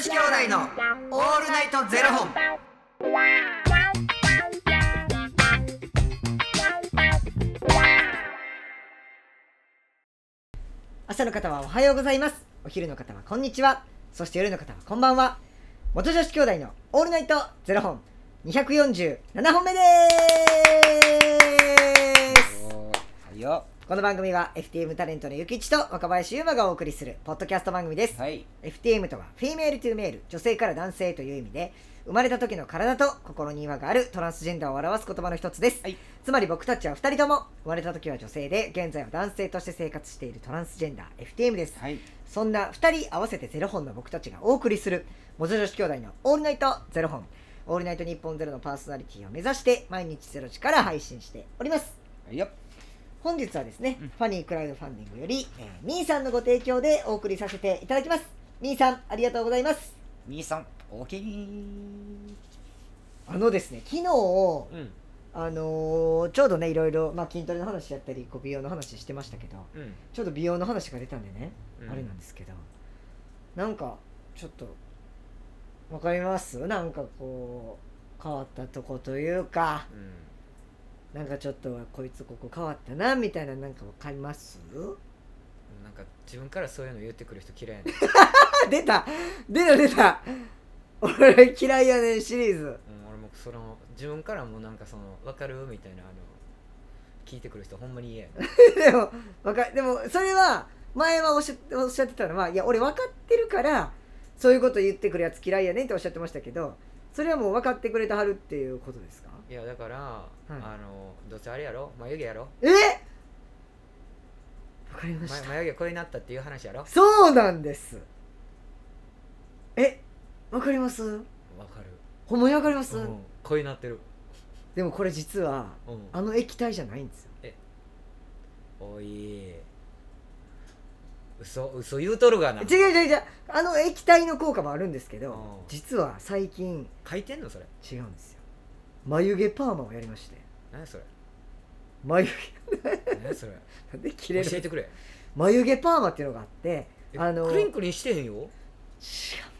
子兄弟のオールナイトゼロ本。 朝の方はおはようございます。お昼の方はこんにちは。そして夜の方はこんばんは。元女子兄弟のオールナイトゼロ本247本目です。 はいよ。 この番組は FTM タレントのゆきちと若林優馬がお送りするポッドキャスト番組です。 はい。 FTM とはフィメールトゥーメール、女性から男性という意味で、生まれた時の体と心に違和があるトランスジェンダーを表す言葉の一つです。 はい。 つまり僕たちは2人とも生まれた時は女性で現在は男性として生活しているトランスジェンダー FTM です。 はい。 そんな2人合わせてゼロ本の僕たちがお送りする元女子兄弟のオールナイトゼロ本、オールナイト日本ゼロのパーソナリティを目指して毎日ゼロ時から配信しております。 はいよ。 本日はですね、ファニークラウドファンディングより、みーさんのご提供でお送りさせていただきます。みーさんありがとうございます。 みーさんおおきに。 ですね、昨日、ちょうどねいろいろ、筋トレの話やったり美容の話してましたけど、ちょうど美容の話が出たんでね、あれなんですけど、なんかちょっとわかります？なんかこう変わったとこというか、なんかちょっとこいつここ変わったなみたいな、なんかわかります？ なんか自分からそういうの言ってくる人嫌いやねん、 出た俺嫌いやねんシリーズ。 俺もその自分からもなんかその分かるみたいな聞いてくる人ほんまに嫌やねんでもそれは前はおっしゃってたのは、いや俺分かってるからそういうこと言ってくるやつ嫌いやねんっておっしゃってましたけど、それはもう分かってくれてはるっていうことですか？ いやだから、どうせあれやろ、眉毛やろ、 分かりました。 眉毛こうになったっていう話やろ。 そうなんです。分かります？ 分かる。 ほんまに分かります？ こうになってる。 でもこれ実は、あの液体じゃないんですよ。 おい嘘言うとるがな。 違う、あの液体の効果もあるんですけど、実は最近書いてんのそれ。 違うんですよ。眉毛パーマをやりまして。 何それ。 眉毛何それ。 なんで切れる？ 教えてくれ。 眉毛パーマっていうのがあって、 クリンクリンしてへんよ。違うんですよ。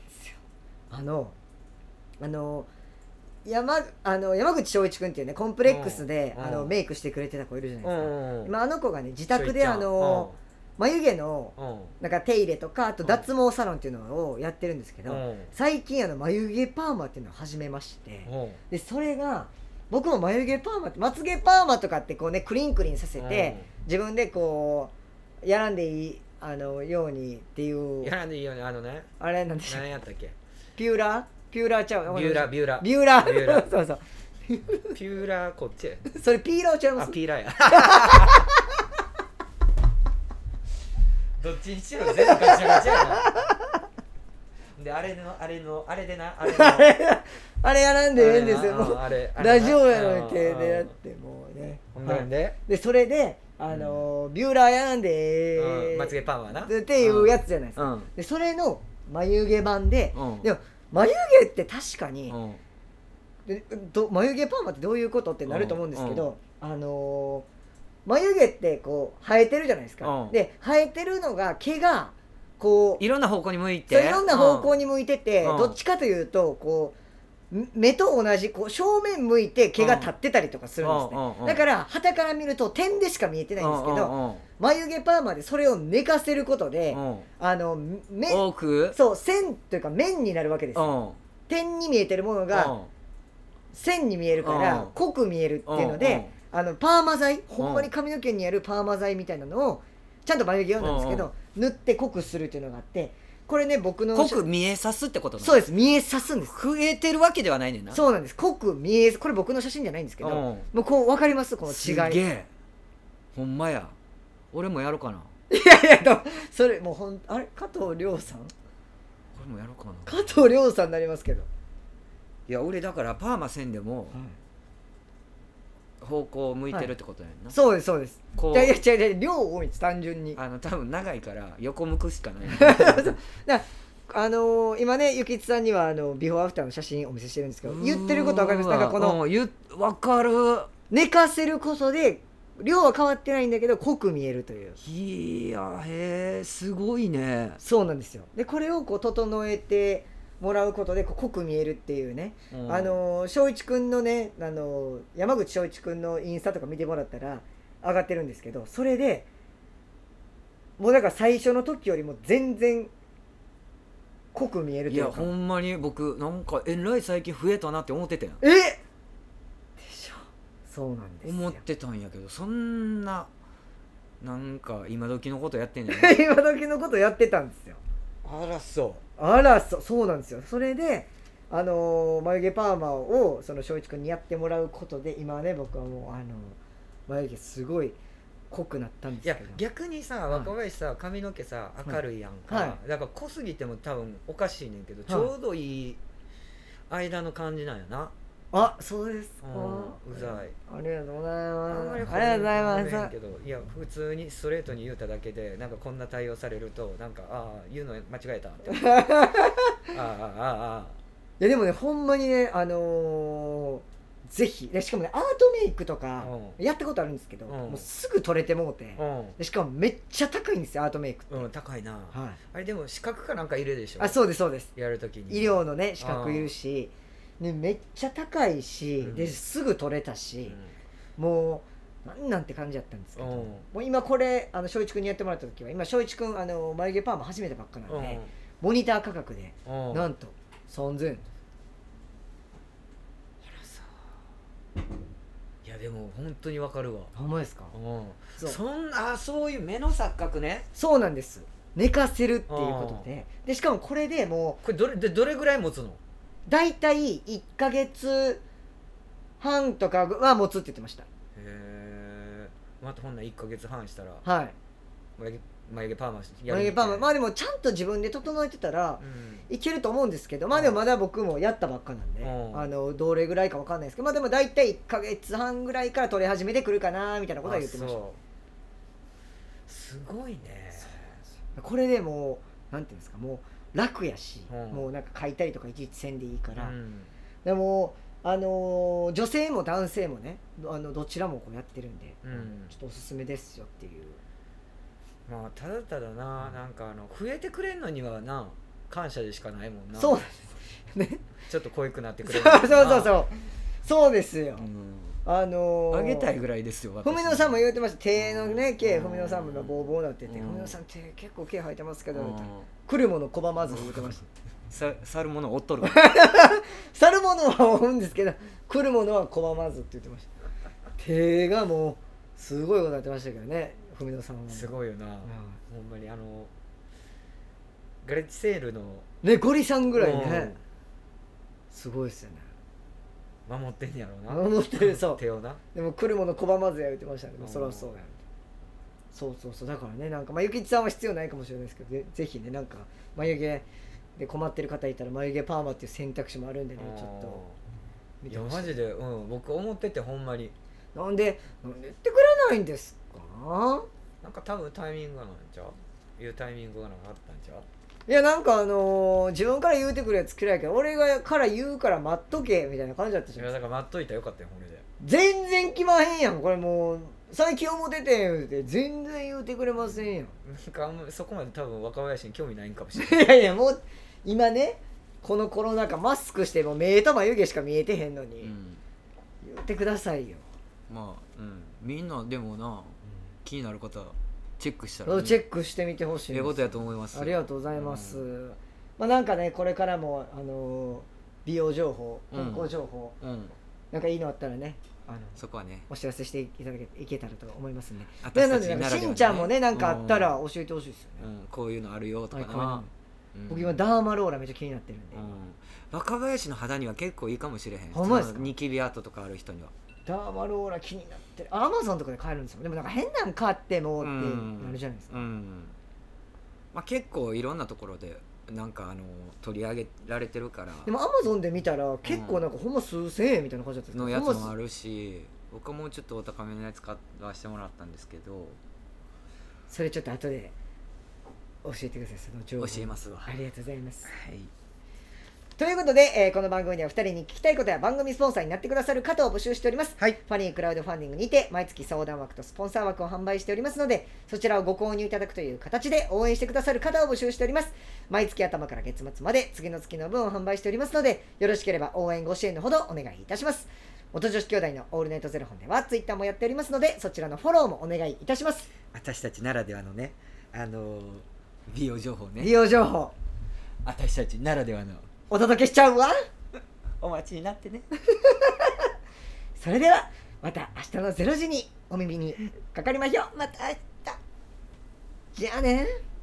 山口翔一君っていうねコンプレックスでメイクしてくれてた子いるじゃないですか。今あの子がね自宅で眉毛のなんか手入れとか、あと脱毛サロンっていうのをやってるんですけど、最近眉毛パーマっていうのを始めまして、でそれが僕も眉毛パーマってまつ毛パーマとかってこうねクリンクリンさせて自分でこうやらんでいいようにっていう、 やらんでいいようにあれなんでしょう、 何やったっけ。 ピューラーちゃう、 ビューラそうそうピューラーこっちそれピーラーちゃいます？ ピーラーやどっちにしろ全部ガチャガチャやな。であれでなあれやらんでええんですよ。もうラジオやのに手でやってもうね。 ほんでそれでビューラーやらんでええまつげパーマなっていうやつじゃないですか。でそれの眉毛版で、でも眉毛って確かに眉毛パーマってどういうことってなると思うんですけど、眉毛ってこう生えてるじゃないですか。で生えてるのが毛がこういろんな方向に向いて、 いろんな方向に向いてて、どっちかというとこう目と同じこう正面向いて毛が立ってたりとかするんですね。だから旗から見ると点でしか見えてないんですけど、眉毛パーマでそれを寝かせることで多くそう線というか面になるわけですよ。点に見えてるものが線に見えるから濃く見えるっていうので、パーマ剤、ほんまに髪の毛にやるパーマ剤みたいなのをちゃんと眉毛用なんですけど塗って濃くするっていうのがあって、これね僕の濃く見えさすってことなの？ そうです、見えさすんです。 増えてるわけではないねんな。 そうなんです、濃く見え、これ僕の写真じゃないんですけど、もうこう分かります？この違い。 すげえ、ほんまや。俺もやろうかな。 いやそれもうあれ加藤亮さん、 俺もやろうかな。 加藤亮さんになりますけど、 いや俺だからパーマせんでも、方向を向いてるってことやんな。 そうですこう。 いや違う量多いです、単純に多分長いから横向くしかないだ今ねゆきつさんにはビフォーアフターの写真お見せしてるんですけど、言ってること分かります？なんかこの分かる。 寝かせることで量は変わってないんだけど濃く見えるという。 いやへえ、すごいね。 そうなんですよ。でこれをこう整えてもらうことでこう濃く見えるっていうね、 うん翔一くんのね、山口翔一くんのインスタとか見てもらったら上がってるんですけど、それでもうだから最初の時よりも全然濃く見えるというか。 いやほんまに僕なんかえらい最近増えたなって思ってたやんでしょ。そうなんですよ。 思ってたんやけど、そんななんか今時のことやってんじゃない今時のことやってたんですよ。 あらそあら、そうなんですよ。それで眉毛パーマをその翔一くんにやってもらうことで今ね、僕はもう眉毛すごい濃くなったんでう。いやすけど。 逆にさ、 はい若林さ髪の毛さ明るいやんか、 はだから濃すぎても多分おかしいねんけど、 いちょうどいい間の感じなんやな。 あ、そうですか。 うざい。 ありがとうございあんます。 まりありがとうござい褒めへんます。 けど、いや普通にストレートに言うただけでなんかこんな対応されるとなんかああ言うの間違えたってあいやでもね、ほんまにね、ぜひで、しかもねアートメイクとかやったことあるんですけど、もうすぐ取れてもうて、でしかもめっちゃ高いんですよ、アートメイクって。 うん高いな、 はい、 あれでも資格かなんかいるでしょ。 あ、そうですそうです。 やるときに医療のね資格いるし、ね、めっちゃ高いし、 うんですぐ取れたし、もうなんて感じだったんですけど、 うんもう今これ翔一くんにやってもらった時は、今翔一くん眉毛パーマ始めたばっかなんで、モニター価格でなんと3000円。 いやでも本当にわかるわ。 ほんまですか。 そういう目の錯覚ね。 そうなんです。寝かせるっていうことで、しかもこれでもこれどれぐらい持つの？ だいたい1ヶ月半とかは持つって言ってました。 へえ。またほんなら1ヶ月半したらはい。 眉毛パーマ眉毛パーマ、まあでもちゃんと自分で整えてたらいけると思うんですけど、まあでもまだ僕もやったばっかなんで、どれぐらいかわかんないですけど、まあでも大体1ヶ月半ぐらいから取り始めてくるかなみたいなことは言ってました。 すごいね。 これでもうなんていうんですか、もう楽やし、 うんもうなんか書いたりとかいちいちせんでいいから、 うんでも女性も男性もね、どちらもこうやってるんで、 うんちょっとおすすめですよっていう。 まあただただな、なんか増えてくれんのにはな感謝でしかないもんな。 そうなんですね。 ちょっと濃くなってくれるそうですよ。 あげたいぐらいですよ。 文野さんも言ってました。手のね毛、文野さんもボーボーなってて、 うん文野さん手結構毛生えてますけど、 うん来るもの拒まず言ってました。 去るものを追っとる去るものは追うんですけど、来るものは拒まずって言ってました。手がもうすごいことになってましたけどね、文野さんは。 すごいよな、ほんまにガレッジセールのね、ゴリさんぐらいね、すごいですよね。 守ってんやろうな。 守ってる、そう。 手をな。 でも来るもの拒まずや言ってましたね。そりゃそうやん。そうだからね、なんかゆきちさんは必要ないかもしれないですけど、ぜひね、なんか眉毛で困ってる方いたら眉毛パーマっていう選択肢もあるんでね、ちょっと見いやてほしい。 マジで、僕思っててほんまになんで言ってくれないんですか。 なんか多分タイミングがなんちゃう、言うタイミングがなんかあったんちゃう。 いや、なんか自分から言うてくるやつ嫌いやけど、俺がから言うから待っとけみたいな感じだったじゃん。 いやだから待っといたらよかったよ、これで。 全然決まへんやん、これもう最近思っててん言うて全然言うてくれませんやん。 なんかあんまそこまで多分若林に興味ないんかもしれない。 いやいや、もう今ね、このコロナ禍マスクしても目と眉毛しか見えてへんのに、言ってくださいよ。 まあ、みんなでもな、気になる方はチェックしたら、 チェックしてみてほしいんです。 ええことやと思います。 ありがとうございます。まあなんかね、これからも美容情報、健康情報、なんかいいのあったらね、 そこはね、 お知らせしていただけいけたらと思いますね。 私たちなのでならではね、 しんちゃんもね、なんかあったら教えてほしいですよね。 こういうのあるよとかな。 僕今ダーマローラめっちゃ気になってるんで。 若林の肌には結構いいかもしれへん。 ほんまですか。 ニキビ跡とかある人にはダーマローラ気になってる。アマゾンとかで買えるんですよ。でもなんか変なん買ってもってなるじゃないですか。 まあ結構いろんなところでなんか取り上げられてるから。 でもアマゾンで見たら結構なんかほんま数千円みたいな感じだったのやつもあるし、僕はもうちょっとお高めのやつ買わせてもらったんですけど、 それちょっと後で教えてください、その情報。 教えますわ。 ありがとうございます。 はい。 ということで、この番組では2人に聞きたいことや番組スポンサーになってくださる方を募集しております、 はい、 ファニークラウドファンディングにて毎月相談枠とスポンサー枠を販売しておりますので、そちらをご購入いただくという形で応援してくださる方を募集しております。毎月頭から月末まで次の月の分を販売しておりますので、よろしければ応援ご支援のほどお願いいたします。元女子兄弟のオールナイトゼロ本ではツイッターもやっておりますので、そちらのフォローもお願いいたします。 私たちならではのね、美容情報ね、 美容情報私たちならではのお届けしちゃうわ。 お待ちになってね。 それではまた明日の0時にお耳にかかりましょう。 また明日。 じゃあね。